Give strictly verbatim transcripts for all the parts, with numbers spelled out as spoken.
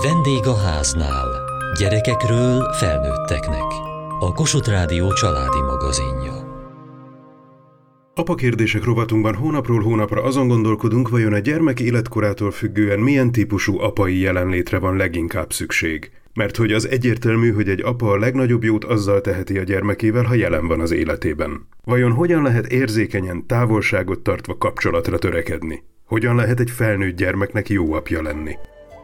Vendég a háznál. Gyerekekről felnőtteknek. A Kossuth Rádió családi magazinja. Apa kérdések rovatunkban hónapról hónapra azon gondolkodunk, vajon a gyermek életkorától függően milyen típusú apai jelenlétre van leginkább szükség. Mert hogy az egyértelmű, hogy egy apa a legnagyobb jót azzal teheti a gyermekével, ha jelen van az életében. Vajon hogyan lehet érzékenyen, távolságot tartva kapcsolatra törekedni? Hogyan lehet egy felnőtt gyermeknek jó apja lenni?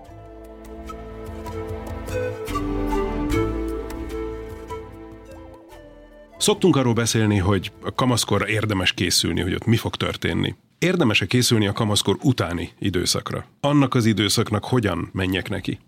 Szoktunk arról beszélni, hogy a kamaszkorra érdemes készülni, hogy ott mi fog történni. Érdemes-e készülni a kamaszkor utáni időszakra? Annak az időszaknak hogyan menjek neki?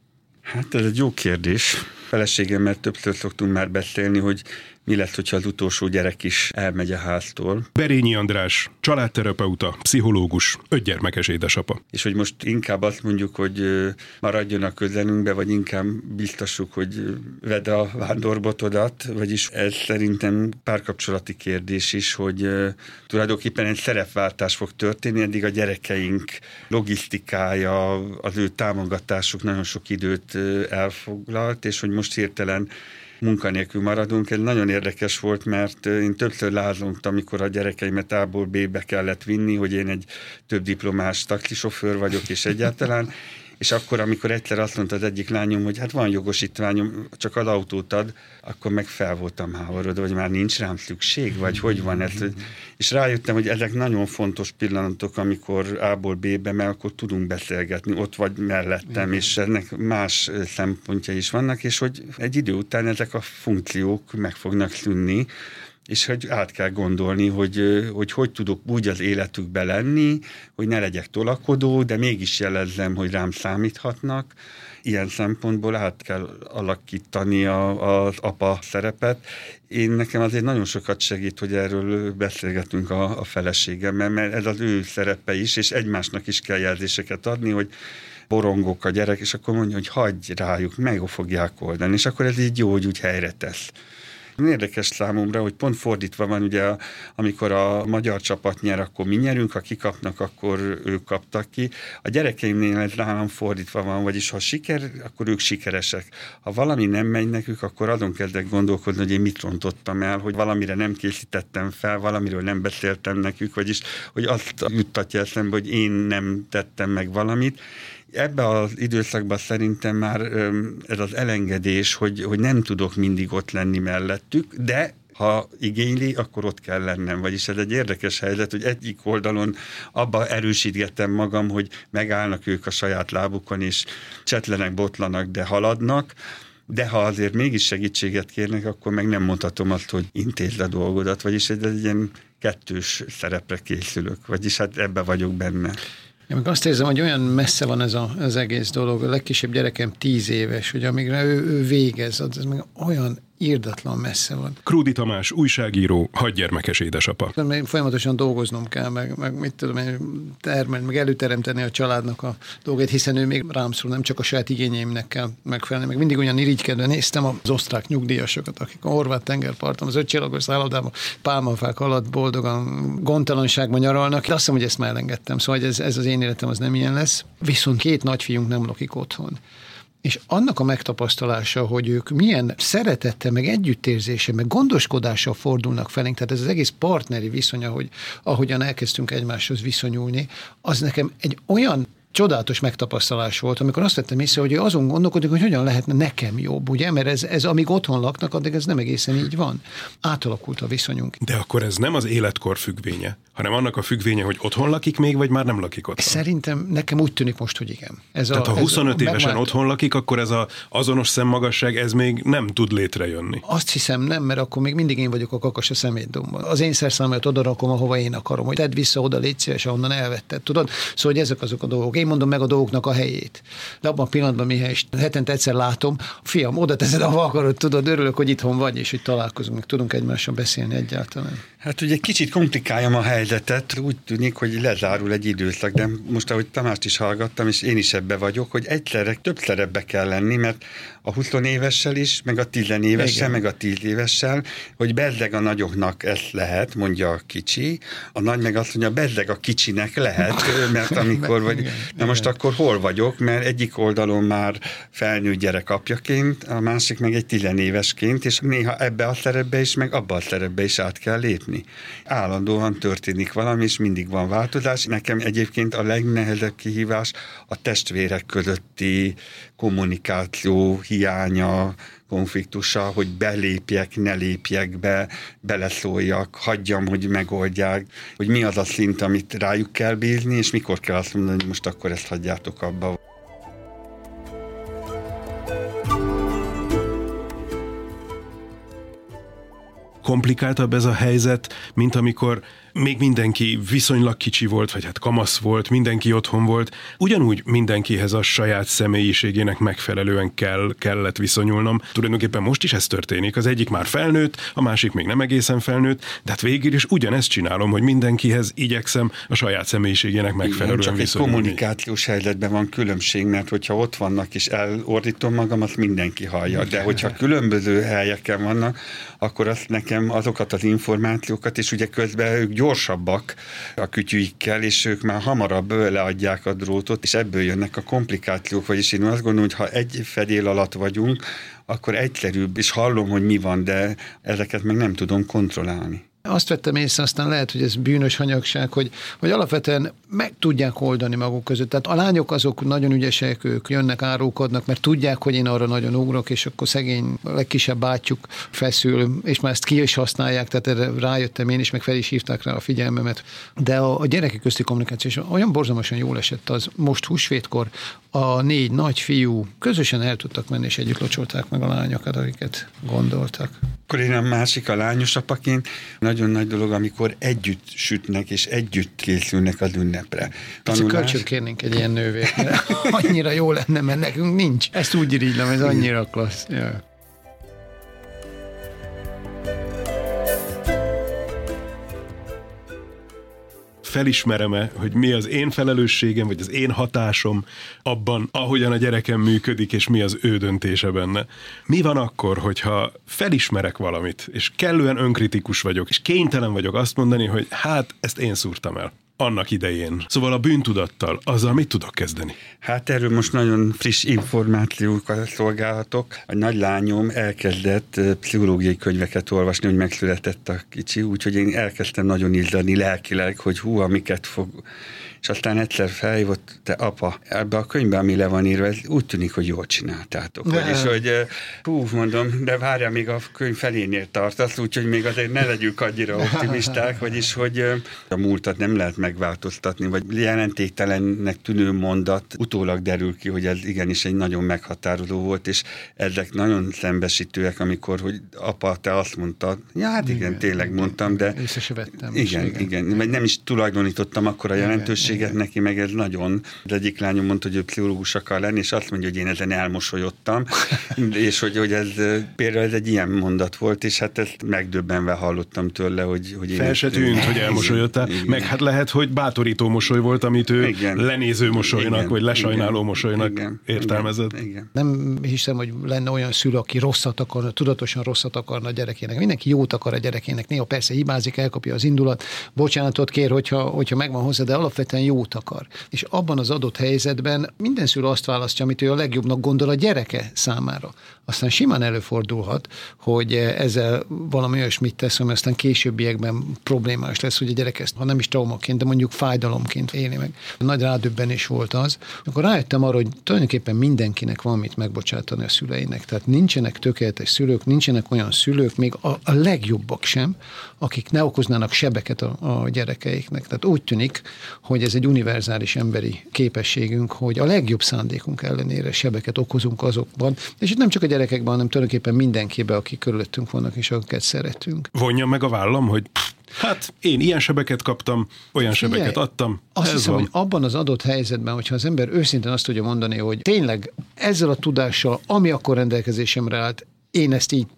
Hát ez egy jó kérdés. Feleségemmel többször szoktunk már beszélni, hogy mi lesz, hogyha az utolsó gyerek is elmegy a háztól. Berényi András, családterapeuta, pszichológus, ötgyermekes édesapa. És hogy most inkább azt mondjuk, hogy maradjon a közelünkbe, vagy inkább biztassuk, hogy vedd a vándorbotodat, vagyis ez szerintem párkapcsolati kérdés is, hogy tulajdonképpen egy szerepváltás fog történni, eddig a gyerekeink logisztikája, az ő támogatásuk nagyon sok időt elfoglalt, és hogy most hirtelen munkanélkül maradunk. Ez nagyon érdekes volt, mert én többször lázongtam, amikor a gyerekeimet A-ból B-be kellett vinni, hogy én egy több diplomás taxisofőr vagyok, és egyáltalán. És akkor, amikor egyszer azt mondta az egyik lányom, hogy hát van jogosítványom, csak az autót ad, akkor meg fel voltam háborodva, hogy már nincs rám szükség, vagy hogy van ez. És rájöttem, hogy ezek nagyon fontos pillanatok, amikor A-ból B-be, mert akkor tudunk beszélgetni, ott vagy mellettem, és ennek más szempontja is vannak, és hogy egy idő után ezek a funkciók meg fognak szűnni, és hogy át kell gondolni, hogy, hogy hogy tudok úgy az életükbe lenni, hogy ne legyek tolakodó, de mégis jelezzem, hogy rám számíthatnak. Ilyen szempontból át kell alakítani a, az apa szerepet. Én nekem azért nagyon sokat segít, hogy erről beszélgetünk a, a feleségemmel, mert ez az ő szerepe is, és egymásnak is kell jelzéseket adni, hogy borongok a gyerek, és akkor mondja, hogy hagyj rájuk, meg fogják oldani, és akkor ez így jó, hogy úgy helyre tesz. Érdekes számomra, hogy pont fordítva van, ugye, amikor a magyar csapat nyer, akkor mi nyerünk, ha kikapnak, akkor ők kaptak ki. A gyerekeimnél ez nálam fordítva van, vagyis ha siker, akkor ők sikeresek. Ha valami nem megy nekük, akkor azon kezdek gondolkodni, hogy én mit rontottam el, hogy valamire nem készítettem fel, valamiről nem beszéltem nekük, vagyis hogy azt juttatja eszembe, hogy én nem tettem meg valamit. Ebben az időszakban szerintem már ez az elengedés, hogy, hogy nem tudok mindig ott lenni mellettük, de ha igényli, akkor ott kell lennem. Vagyis ez egy érdekes helyzet, hogy egyik oldalon abba erősítgetem magam, hogy megállnak ők a saját lábukon, és csetlenek, botlanak, de haladnak, de ha azért mégis segítséget kérnek, akkor meg nem mondhatom azt, hogy intézd a dolgodat, vagyis ez egy ilyen kettős szerepre készülök, vagyis hát ebbe vagyok benne. Én meg azt érzem, hogy olyan messze van ez a, az egész dolog. A legkisebb gyerekem tíz éves, hogy amíg ő, ő végez, az meg olyan irdatlan messze van. Krúdi Tamás, újságíró, hatgyermekes édesapa. Én folyamatosan dolgoznom kell, meg, meg mit tudom én, termelni, meg előteremteni a családnak a dolgait, hiszen ő még rám szól, nem csak a saját igényeimnek kell megfelelni. Meg mindig olyan irigykedve néztem az osztrák nyugdíjasokat, akik a horvát tengerparton, az ötcsillagos szállodában pálmafák alatt boldogan, gondtalanságban nyaralnak. De azt hiszem, hogy ezt már elengedtem. Szóval ez, ez az én életem az nem ilyen lesz. Viszont két nagyfiunk nem lakik otthon. És annak a megtapasztalása, hogy ők milyen szeretettel, meg együttérzéssel, meg gondoskodással fordulnak felénk, tehát ez az egész partneri viszony, ahogy, ahogyan elkezdtünk egymáshoz viszonyulni, az nekem egy olyan csodálatos megtapasztalás volt, amikor azt vettem észre, hogy azon gondolkodik, hogy hogyan lehetne nekem jobb, ugye? Mert ez, ez amíg otthon laknak, addig ez nem egészen így van. Átalakult a viszonyunk. De akkor ez nem az életkor függvénye, hanem annak a függvénye, hogy otthon lakik még, vagy már nem lakik otthon? Szerintem nekem úgy tűnik most, hogy igen. Ez Tehát a, ha huszonöt ez évesen megvált... otthon lakik, akkor ez az azonos szemmagasság, ez még nem tud létrejönni. Azt hiszem nem, mert akkor még mindig én vagyok a kakas a szemétdombon. Az én szerszámomat oda rakom, ahova én akarom, hogy tedd vissza oda, légy szíves, ahonnan elvetted. Tudod? Szóval hogy ezek azok a dolgok. Én mondom meg a dolgoknak a helyét. De abban a pillanatban, mihely hetente egyszer látom, fiam, oda teszed, ahova akarod, tudod, örülök, hogy itthon vagy, és hogy találkozunk, meg tudunk egymással beszélni egyáltalán. Hát ugye kicsit komplikáljam a helyzetet, úgy tűnik, hogy lezárul egy időszak, de most, ahogy Tamást is hallgattam, és én is ebbe vagyok, hogy egyszerre többször ebbe kell lenni, mert a huszonévessel is, meg a tizenévessel, igen, meg a tíz évessel, hogy bezzeg a nagyoknak ez lehet, mondja a kicsi, a nagy meg azt mondja, bezzeg a kicsinek lehet, mert amikor, vagy, Na most akkor hol vagyok, mert egyik oldalon már felnőtt gyerek apjaként, a másik meg egy tizenévesként, és néha ebbe a szerepbe is, meg abba a szerepbe is át kell lépni. Állandóan történik valami, és mindig van változás. Nekem egyébként a legnehezebb kihívás a testvérek közötti kommunikáció hiánya, konfliktusa, hogy belépjek, ne lépjek be, beleszóljak, hagyjam, hogy megoldják, hogy mi az a szint, amit rájuk kell bízni, és mikor kell azt mondani, hogy most akkor ezt hagyjátok abba. Komplikáltabb ez a helyzet, mint amikor még mindenki viszonylag kicsi volt, vagy hát kamasz volt, mindenki otthon volt. Ugyanúgy mindenkihez a saját személyiségének megfelelően kell, kellett viszonyulnom. Tulajdonképpen most is ez történik. Az egyik már felnőtt, a másik még nem egészen felnőtt, de hát végül is ugyanezt csinálom, hogy mindenkihez igyekszem a saját személyiségének megfelelően igen, csak viszonyulni. Egy kommunikációs helyzetben van különbség, mert hogyha ott vannak és elordítom magam, azt mindenki hallja. De hogyha különböző helyeken vannak, akkor azt nekem azokat az információkat, és ugye közben ők gyorsabbak a kütyüikkel, és ők már hamarabb leadják a drótot, és ebből jönnek a komplikációk, vagyis én azt gondolom, hogy ha egy fedél alatt vagyunk, akkor egyszerűbb, és hallom, hogy mi van, de ezeket meg nem tudom kontrollálni. Azt vettem észre, aztán lehet, hogy ez bűnös hanyagság, hogy, hogy alapvetően meg tudják oldani maguk között. Tehát a lányok azok nagyon ügyesek, ők jönnek, árulkodnak, mert tudják, hogy én arra nagyon ugrok, és akkor szegény, a legkisebb bátyjuk feszül, és már ezt ki is használják, tehát erre rájöttem én is, meg fel is hívták rá a figyelmemet. De a, a gyerekek közti kommunikáció olyan borzalmasan jól esett az. Most húsvétkor a négy nagy fiú közösen el tudtak menni, és együtt locsolták meg a lányokat, akiket gondoltak. Akkor én a másik, a lányos apaként, nagyon nagy dolog, amikor együtt sütnek, és együtt készülnek az ünnepre. Tanulás... Kölcsön kérnénk egy ilyen nővért, mert annyira jó lenne, mert nekünk nincs. Ezt úgy irigylem, ez annyira klassz. Ja. Felismerem-e, hogy mi az én felelősségem, vagy az én hatásom abban, ahogyan a gyerekem működik, és mi az ő döntése benne. Mi van akkor, hogyha felismerek valamit, és kellően önkritikus vagyok, és kénytelen vagyok azt mondani, hogy hát ezt én szúrtam el annak idején. Szóval a bűntudattal, azzal mit tudok kezdeni? Hát erről most nagyon friss információkat szolgálhatok. A nagylányom elkezdett pszichológiai könyveket olvasni, hogy megszületett a kicsi, úgyhogy én elkezdtem nagyon izzadni lelkileg, hogy hú, amiket fog... És aztán egyszer felhívott, te apa, ebbe a könyvben, ami le van írva, ez úgy tűnik, hogy jól csináltátok. És hogy hú, mondom, de várja, még a könyv felénél tartasz, úgyhogy még azért ne legyünk annyira optimisták, vagyis, hogy a múltat nem lehet megváltoztatni, vagy jelentéktelennek tűnő mondat utólag derül ki, hogy ez igenis egy nagyon meghatározó volt, és ezek nagyon szembesítőek, amikor, hogy apa, te azt mondtad, ja, hát igen, igen tényleg igen, mondtam, de... Észre se vettem. Igen, igen, igen, vagy nem is tulajdonítottam akkor a jelentőséget neki, meg ez nagyon. Az egyik lányom mondta, hogy ő pszichológus akar lenni, és azt mondja, hogy én ezen elmosolyodtam, és hogy, hogy ez például ez egy ilyen mondat volt, és hát ezt megdöbbenve hallottam tőle, hogy... hogy Fel se tűnt, hogy elmosolyodtál, igen. Meg hát lehet, hogy bátorító mosoly volt, amit ő igen. lenéző mosolynak, igen. vagy lesajnáló igen. mosolynak igen. értelmezett. Igen. Igen. Nem hiszem, hogy lenne olyan szülő, aki rosszat akarna, tudatosan rosszat akarna a gyerekének. Mindenki jót akar a gyerekének. Néha persze hibázik, elkapja az indulat, bocsánatot kér, hogyha, hogyha megvan hozzá, de alapvetően jót akar. És abban az adott helyzetben minden szülő azt választja, amit ő a legjobbnak gondol a gyereke számára. Aztán simán előfordulhat, hogy ezzel valami olyasmit tesz, ami aztán későbbiekben problémás lesz, hogy a gyerek ezt, ha nem is traumaként, de mondjuk fájdalomként éli meg. Nagy rádöbbenés volt az. Akkor rájöttem arra, hogy tulajdonképpen mindenkinek van mit megbocsátani a szüleinek. Tehát nincsenek tökéletes szülők, nincsenek olyan szülők, még a, a legjobbak sem, akik ne okoznának sebeket a, a gyerekeiknek. Tehát úgy tűnik, hogy ez egy univerzális emberi képességünk, hogy a legjobb szándékunk ellenére sebeket okozunk azokban, és itt nem csak a gyerekekben, hanem tulajdonképpen mindenkiben, akik körülöttünk vannak, és akiket szeretünk. Vonjam meg a vállam, hogy hát én ilyen sebeket kaptam, olyan Figyelj, sebeket adtam. Azt hiszem, van. Hogy abban az adott helyzetben, hogyha az ember őszintén azt tudja mondani, hogy tényleg ezzel a tudással, ami akkor rendelkezésemre állt, én ezt így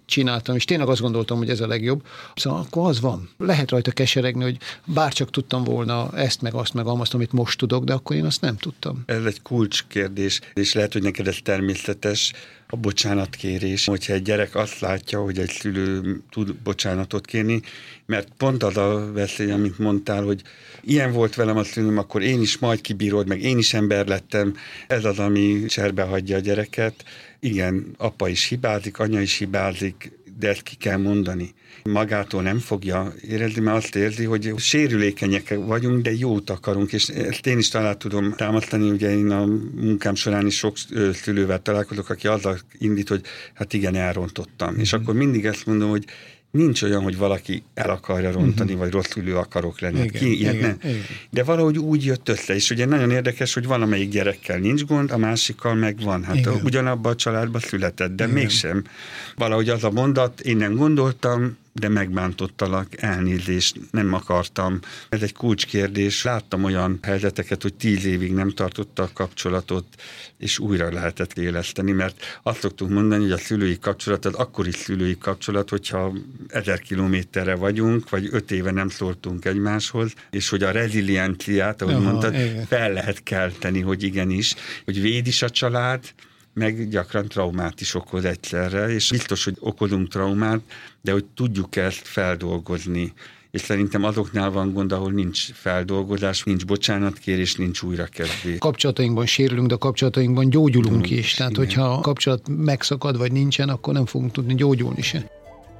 csináltam, és tényleg azt gondoltam, hogy ez a legjobb, szóval akkor az van. Lehet rajta keseregni, hogy bárcsak tudtam volna ezt, meg azt, meg azt, amit most tudok, de akkor én azt nem tudtam. Ez egy kulcskérdés, és lehet, hogy neked ez természetes, a bocsánatkérés, hogyha egy gyerek azt látja, hogy egy szülő tud bocsánatot kérni, mert pont az a veszély, amit mondtál, hogy ilyen volt velem a szülőm, akkor én is majd kibírod, meg én is ember lettem, ez az, ami cserbe hagyja a gyereket. Igen, apa is hibázik, anya is hibázik, de ezt ki kell mondani. Magától nem fogja érezni, mert azt érzi, hogy sérülékenyek vagyunk, de jót akarunk, és ezt én is talán tudom támasztani, ugye én a munkám során is sok szülővel találkozok, aki azzal indít, hogy hát igen, elrontottam. Mm-hmm. És akkor mindig ezt mondom, hogy nincs olyan, hogy valaki el akarja rontani, uh-huh. vagy rossz szülő akarok lenni. Igen, Ki, igen, igen. De valahogy úgy jött össze, és ugye nagyon érdekes, hogy valamelyik gyerekkel nincs gond, a másikkal meg van. Hát a, ugyanabban a családban született, de igen. mégsem. Valahogy az a mondat, én nem gondoltam, de megbántottalak, elnézést, nem akartam. Ez egy kulcskérdés. Láttam olyan helyzeteket, hogy tíz évig nem tartotta a kapcsolatot, és újra lehetett éleszteni, mert azt szoktuk mondani, hogy a szülői kapcsolat az akkori szülői kapcsolat, hogyha ezer kilométerre vagyunk, vagy öt éve nem szóltunk egymáshoz, és hogy a rezilienciát, ahogy Aha, mondtad, igen. fel lehet kelteni, hogy igenis, hogy véd is a család, meg gyakran traumát is okoz egyszerre, és biztos, hogy okozunk traumát, de hogy tudjuk ezt feldolgozni. És szerintem azoknál van gond, ahol nincs feldolgozás, nincs bocsánatkérés, nincs újrakezdés. Kapcsolatainkban sérülünk, de a kapcsolatainkban gyógyulunk Tudunk, is. Tehát, igen. hogyha a kapcsolat megszakad, vagy nincsen, akkor nem fogunk tudni gyógyulni se.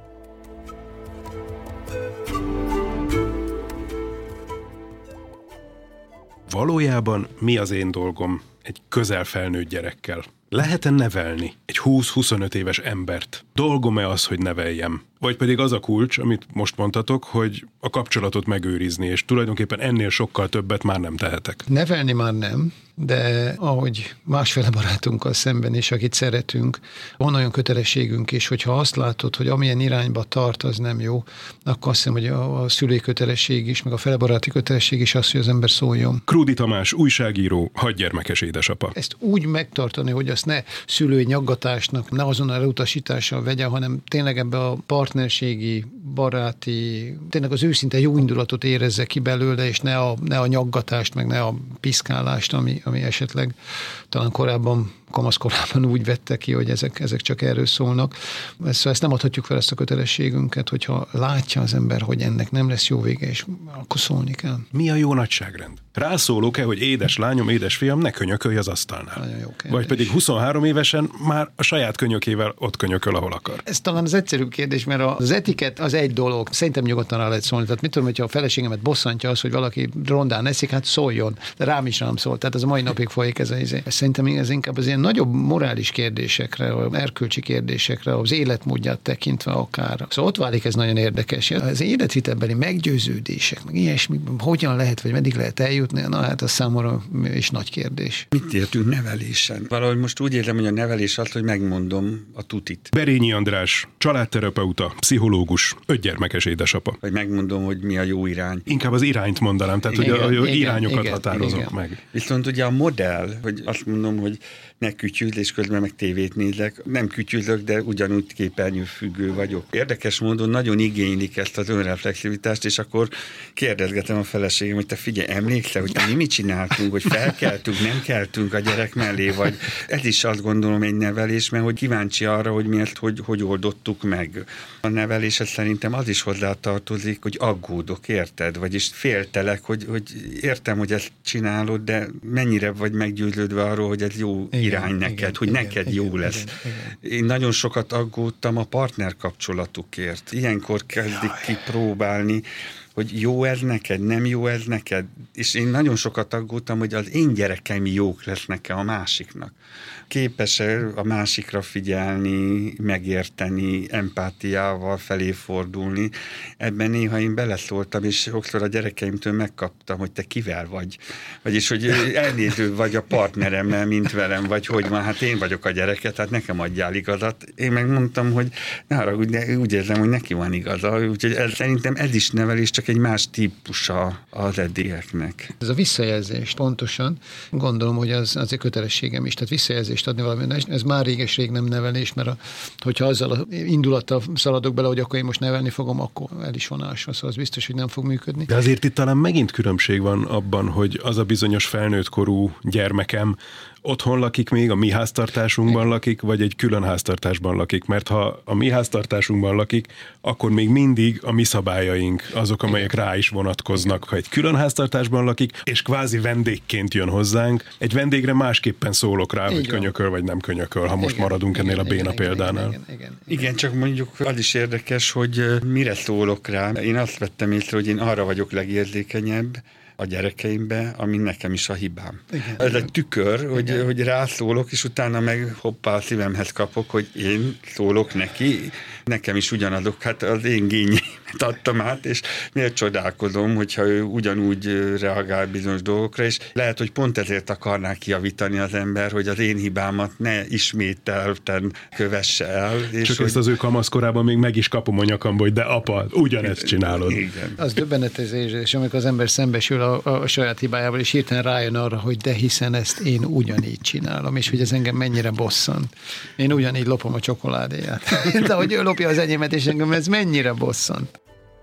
Valójában mi az én dolgom egy közel felnőtt gyerekkel? Lehet-e nevelni egy húsz-huszonöt éves embert? Dolgom-e az, hogy neveljem? Vagy pedig az a kulcs, amit most mondtatok, hogy a kapcsolatot megőrizni, és tulajdonképpen ennél sokkal többet már nem tehetek. Nevelni már nem, de ahogy másféle barátunkkal szemben is, akit szeretünk, van olyan kötelességünk is, hogyha azt látod, hogy amilyen irányba tart, az nem jó, akkor azt hiszem, hogy a, a szülői kötelesség is, meg a felebaráti kötelesség is az, hogy az ember szóljon. Krúdy Tamás, újságíró, hatgyermekes édesapa. Ezt úgy megtartani, hogy azt ne szülői nyaggatásnak, ne azon a elutasítással vegye, hanem tényleg ebbe a partnerségi, baráti, tényleg az őszinte jó indulatot érezze ki belőle, és ne a, ne a nyaggatást, meg ne a piszkálást, ami, ami esetleg talán korábban, kamaszkorában úgy vette ki, hogy ezek, ezek csak erről szólnak. Ezt, ezt nem adhatjuk fel, ezt a kötelességünket, hogyha látja az ember, hogy ennek nem lesz jó vége, és akkor szólni kell. Mi a jó nagyságrend? Rászólok-e, hogy édes lányom, édes fiam, ne könyökölj az asztalnál? Nagyon jó kérdés. Vagy pedig huszonhárom évesen már a saját könyökével ott könyököl, ahol akar. Ez talán az egyszerű kérdés, mert az etikett az egy dolog. Szerintem nyugodtan rá lehet szólni. Tehát mit tudom, hogyha a feleségemet bosszantja az, hogy valaki rondán eszik, hát szóljon. De rám is rám szól. Tehát az a mai napig folyik ez a izé. Szerintem ez inkább az ilyen nagyobb morális kérdésekre, erkölcsi kérdésekre, az életmódját tekintve akár. Szóval ott válik ez nagyon érdekes. Az életvitelbeli meggyőződések, meg ilyesmi, hogyan lehet, vagy meddig lehet eljutni, na hát az számomra is nagy kérdés. Mit értünk nevelésen? Valahogy most úgy érzem, hogy a nevelés az, hogy megmondom a tutit. Berényi András, családterapeuta, pszichológus, ötgyermekes édesapa. Vagy megmondom, hogy mi a jó irány. Inkább az irányt mondanám, tehát igen, hogy a, a igen, irányokat igen, határozok igen. meg. Viszont ugye a modell, hogy azt mondom, hogy ne kütyűz, és közben meg tévét nézek. Nem kütyűzök, de ugyanúgy képernyőfüggő vagyok. Érdekes módon nagyon igénylik ezt az önreflexivitást, és akkor kérdezgetem a feleségem, hogy te figyelj, emlékszel, hogy mi mit csináltunk, hogy felkeltünk, nem keltünk a gyerek mellé, vagy ez is azt gondolom egy nevelés, mert hogy kíváncsi arra, hogy mi ezt hogy, hogy oldottuk meg. A neveléshez szerintem az is hozzátartozik, hogy aggódok, érted? Vagyis féltelek, hogy, hogy értem, hogy ezt csinálod, de mennyire vagy meggyőződve arról, hogy ez jó igen, irány neked, igen, hogy igen, neked igen, jó igen, lesz. Igen, igen. Én nagyon sokat aggódtam a partnerkapcsolatukért. Ilyenkor kezdik kipróbálni, hogy jó ez neked, nem jó ez neked, és én nagyon sokat aggódtam, hogy az én gyerekeim jók lesznek-e a másiknak. Képes-e a másikra figyelni, megérteni, empátiával felé fordulni. Ebben néha én beleszóltam, és sokszor a gyerekeimtől megkaptam, hogy te kivel vagy. Vagyis, hogy elnéző vagy a partneremmel, mint velem, vagy hogy van, hát én vagyok a gyereket, hát nekem adjál igazat. Én megmondtam, hogy ne haragudj, úgy érzem, hogy neki van igaza, úgyhogy ez, szerintem ez is nevelés, csak egy más típusa az eddieknek. Ez a visszajelzés pontosan, gondolom, hogy az azért kötelességem is, tehát visszajelzést adni valami. Ez már réges-rég nem nevelés, mert a, hogyha azzal a indulattal szaladok bele, hogy akkor én most nevelni fogom, akkor el is van ásva, szóval az biztos, hogy nem fog működni. De azért itt talán megint különbség van abban, hogy az a bizonyos felnőttkorú gyermekem otthon lakik még, a mi háztartásunkban lakik, vagy egy külön háztartásban lakik, mert ha a mi háztartásunkban lakik, akkor még mindig a mi szabályaink azok, amelyek rá is vonatkoznak. Ha egy külön háztartásban lakik, és kvázi vendégként jön hozzánk, egy vendégre másképpen szólok rá, hogy könyököl, vagy nem könyököl, ha most igen, maradunk igen, ennél igen, a béna igen, példánál. Igen, igen, igen, igen. igen, csak mondjuk az is érdekes, hogy mire szólok rá. Én azt vettem észre, hogy én arra vagyok legérzékenyebb a gyerekeimbe, ami nekem is a hibám. Igen, Ez igen. egy tükör, hogy, hogy rászólok, és utána meg hoppá a szívemhez kapok, hogy én szólok neki, nekem is ugyanazok, hát az én gényeimet adtam át, és miért csodálkozom, hogyha ő ugyanúgy reagál bizonyos dolgokra, és lehet, hogy pont ezért akarná kijavítani az ember, hogy az én hibámat ne ismételten kövesse el. És Csak hogy... ezt az ő kamaszkorában még meg is kapom a nyakamba, hogy de apa, ugyanezt csinálod. Igen. Az döbbenetes, és amikor az ember szembesül a, a saját hibájával, és hirtelen rájön arra, hogy de hiszen ezt én ugyanígy csinálom, és hogy ez engem mennyire bosszant. Én ugyanígy lopom a csokoládéját. De hogy ő lopja az enyémet, és engem ez mennyire bosszant.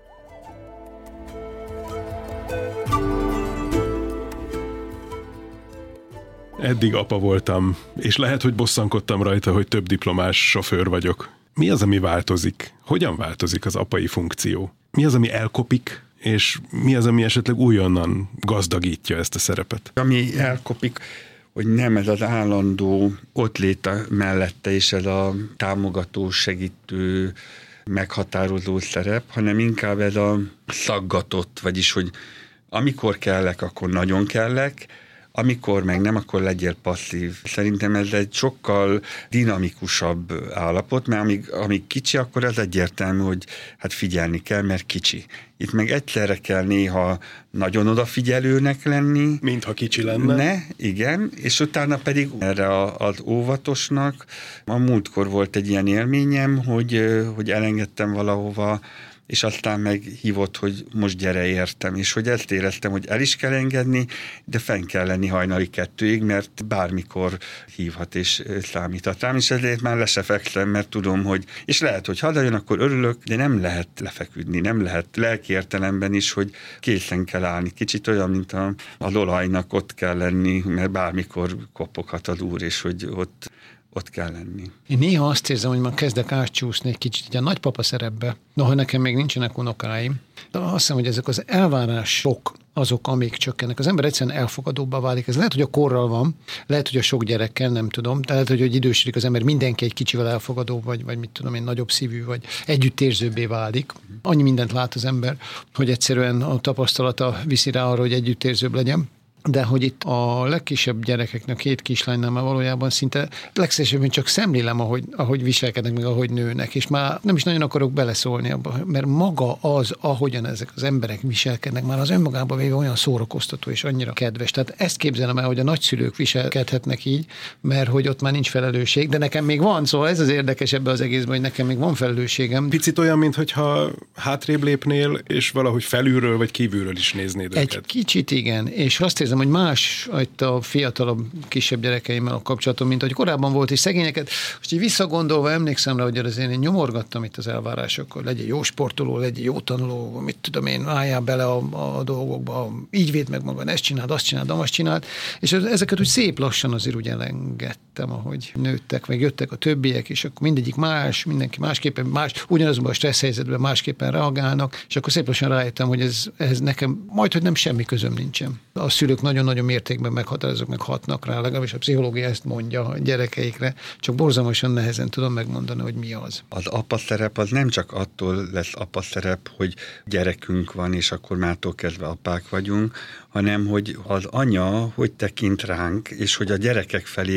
Eddig apa voltam, és lehet, hogy bosszankodtam rajta, hogy több diplomás sofőr vagyok. Mi az, ami változik? Hogyan változik az apai funkció? Mi az, ami elkopik, és mi az, ami esetleg újonnan gazdagítja ezt a szerepet? Ami elkopik, hogy nem ez az állandó ott lét mellette, és ez a támogató, segítő, meghatározó szerep, hanem inkább ez a szaggatott, vagyis, hogy amikor kellek, akkor nagyon kellek, amikor meg nem, akkor legyél passzív. Szerintem ez egy sokkal dinamikusabb állapot, mert amíg, amíg kicsi, akkor az egyértelmű, hogy hát figyelni kell, mert kicsi. Itt meg egyszerre kell néha nagyon odafigyelőnek lenni. Mintha kicsi lenne. Ne, igen, és utána pedig erre az óvatosnak. A múltkor volt egy ilyen élményem, hogy, hogy elengedtem valahova, és aztán meghívott, hogy most gyere értem, és hogy ezt éreztem, hogy el is kell engedni, de fenn kell lenni hajnali kettőig, mert bármikor hívhat és számíthat rám, és ezért már le se fekszem, mert tudom, hogy, és lehet, hogy ha jön, akkor örülök, de nem lehet lefeküdni, nem lehet lelki értelemben is, hogy készen kell állni. Kicsit olyan, mint a, a lolajnak ott kell lenni, mert bármikor kopoghat az úr, és hogy ott ott kell lenni. Én néha azt érzem, hogy már kezdek átcsúszni egy kicsit a nagypapa szerepbe. Noha nekem még nincsenek unokáim. De azt hiszem, hogy ezek az elvárások azok, amik csökkennek. Az ember egyszerűen elfogadóbbá válik. Ez lehet, hogy a korral van, lehet, hogy a sok gyerekkel, nem tudom. De lehet, hogy, hogy idősödik az ember, mindenki egy kicsivel elfogadó, vagy, vagy mit tudom én, nagyobb szívű, vagy együttérzőbbé válik. Annyi mindent lát az ember, hogy egyszerűen a tapasztalata viszi rá arra, hogy együttérzőbb legyen. De hogy itt a legkisebb gyerekeknek, két kislánynál már valójában szinte legszélesebben csak szemlélem, ahogy, ahogy viselkednek, meg ahogy nőnek, és már nem is nagyon akarok beleszólni abba, mert maga az, ahogyan ezek az emberek viselkednek, már az önmagában véve olyan szórakoztató és annyira kedves. Tehát ezt képzelem el, hogy a nagyszülők viselkedhetnek így, mert hogy ott már nincs felelősség, de nekem még van, szóval ez az érdekes ebben az egészben, hogy nekem még van felelősségem. Picit olyan, mintha hátrébb lépnél, és valahogy felülről vagy kívülről is néznéd Egy őket. kicsit igen, és azt érzem, hogy más itt a fiatalabb, kisebb gyerekeimmel a kapcsolatom, mint hogy korábban volt, és szegényeket. Most így visszagondolva emlékszem rá, hogy azért én nyomorgattam itt az elvárásokkal, legyen jó sportoló, legyen jó tanuló, mit tudom én, álljál bele a, a dolgokba, így védd meg magad, ezt csináld, azt csináld, azt csináld, és ezeket úgy szép lassan azért úgy elengedtem, ahogy nőttek, meg jöttek a többiek, és akkor mindegyik más, mindenki másképpen más, ugyanazban a stressz helyzetben másképpen reagálnak, és akkor szép lassan rájöttem, hogy ez, ez nekem majd, hogy nem semmi közöm nincsen. A szülők nagyon-nagyon mértékben meghatározók, meg hatnak rá, legalábbis a pszichológia ezt mondja a gyerekeikre, csak borzalmasan nehezen tudom megmondani, hogy mi az. Az apa szerep az nem csak attól lesz apa szerep, hogy gyerekünk van, és akkor mától kezdve apák vagyunk, hanem hogy az anya hogy tekint ránk, és hogy a gyerekek felé és mit köz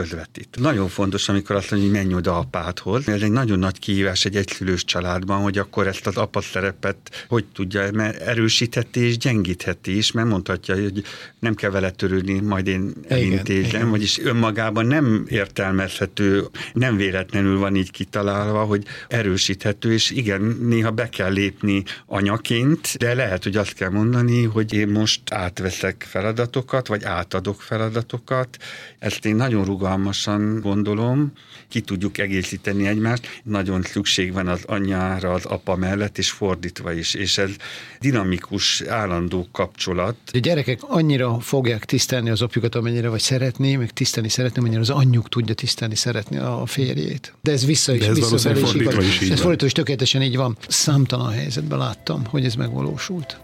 közvetít. Nagyon fontos, amikor azt mondja, hogy menj oda apádhoz. Ez egy nagyon nagy kihívás egy egyszülős családban, hogy akkor ezt az apa szerepet hogy tudja, mert erősítheti és gyengítheti is, mert mondhatja, hogy nem kell vele törődni, majd én elintézem, vagyis önmagában nem értelmezhető, nem véletlenül van így kitalálva, hogy erősíthető, és igen, néha be kell lépni anyaként, de lehet, hogy azt kell mondani, hogy én most átveszek feladatokat, vagy átadok feladatokat. Ezt én nagyon rugalmasan gondolom, ki tudjuk egészíteni egymást. Nagyon szükség van az anyjára, az apa mellett, és fordítva is, és ez dinamikus, állandó kapcsolat. A gyerekek annyira fogják tisztelni az apjukat, amennyire vagy szeretni, meg tisztelni szeretni, amennyire az anyjuk tudja tisztelni szeretni a férjét. De ez vissza is, De ez vissza is, fordítva is így Ez fordítva is tökéletesen így van. Számtalan helyzetben láttam, hogy ez megvalósult.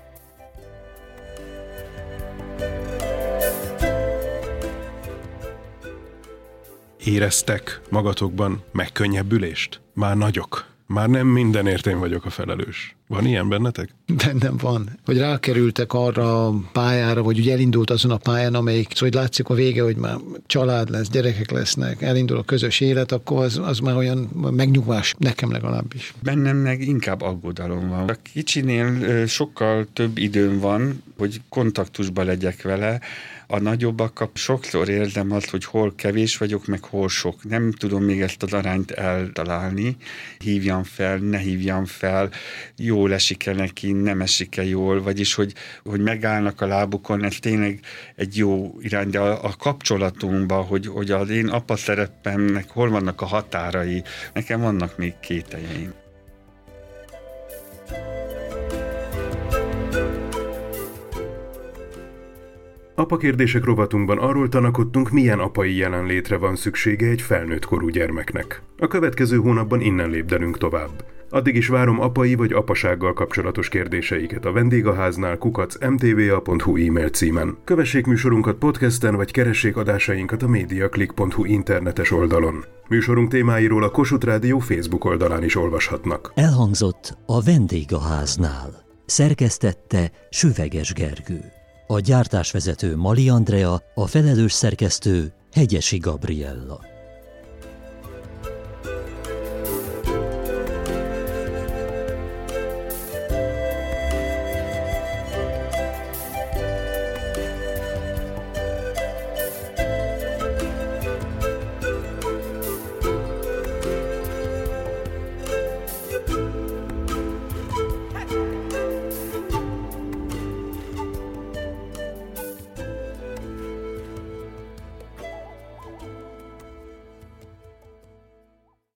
Éreztek magatokban megkönnyebbülést? Már nagyok. Már nem mindenért én vagyok a felelős. Van ilyen bennetek? Bennem van. Hogy rákerültek arra a pályára, vagy ugye elindult azon a pályán, amelyik, szóval hogy látszik a vége, hogy már család lesz, gyerekek lesznek, elindul a közös élet, akkor az, az már olyan megnyugvás, nekem legalábbis. Bennem meg inkább aggodalom van. A kicsinél sokkal több időm van, hogy kontaktusba legyek vele. A nagyobbakkal sokszor érzem azt, hogy hol kevés vagyok, meg hol sok. Nem tudom még ezt az arányt eltalálni. Hívjam fel, ne hívjam fel, jól esik-e neki, nem esik-e jól, vagyis, hogy, hogy megállnak a lábukon, ez tényleg egy jó irány, de a, a kapcsolatunkban, hogy, hogy az én apa szerepemnek hol vannak a határai, nekem vannak még kételjeim. Apa kérdések rovatunkban arról tanakodtunk, milyen apai jelenlétre van szüksége egy felnőtt korú gyermeknek. A következő hónapban innen lépdelünk tovább. Addig is várom apai vagy apasággal kapcsolatos kérdéseiket a vendégháznál kukac em té vé á pont hú e-mail címen. Kövessék műsorunkat podcasten, vagy keressék adásainkat a mediaclick pont hú internetes oldalon. Műsorunk témáiról a Kossuth Rádió Facebook oldalán is olvashatnak. Elhangzott a vendégháznál. Szerkesztette Süveges Gergő. A gyártásvezető Mali Andrea, a felelős szerkesztő Hegyesi Gabriella.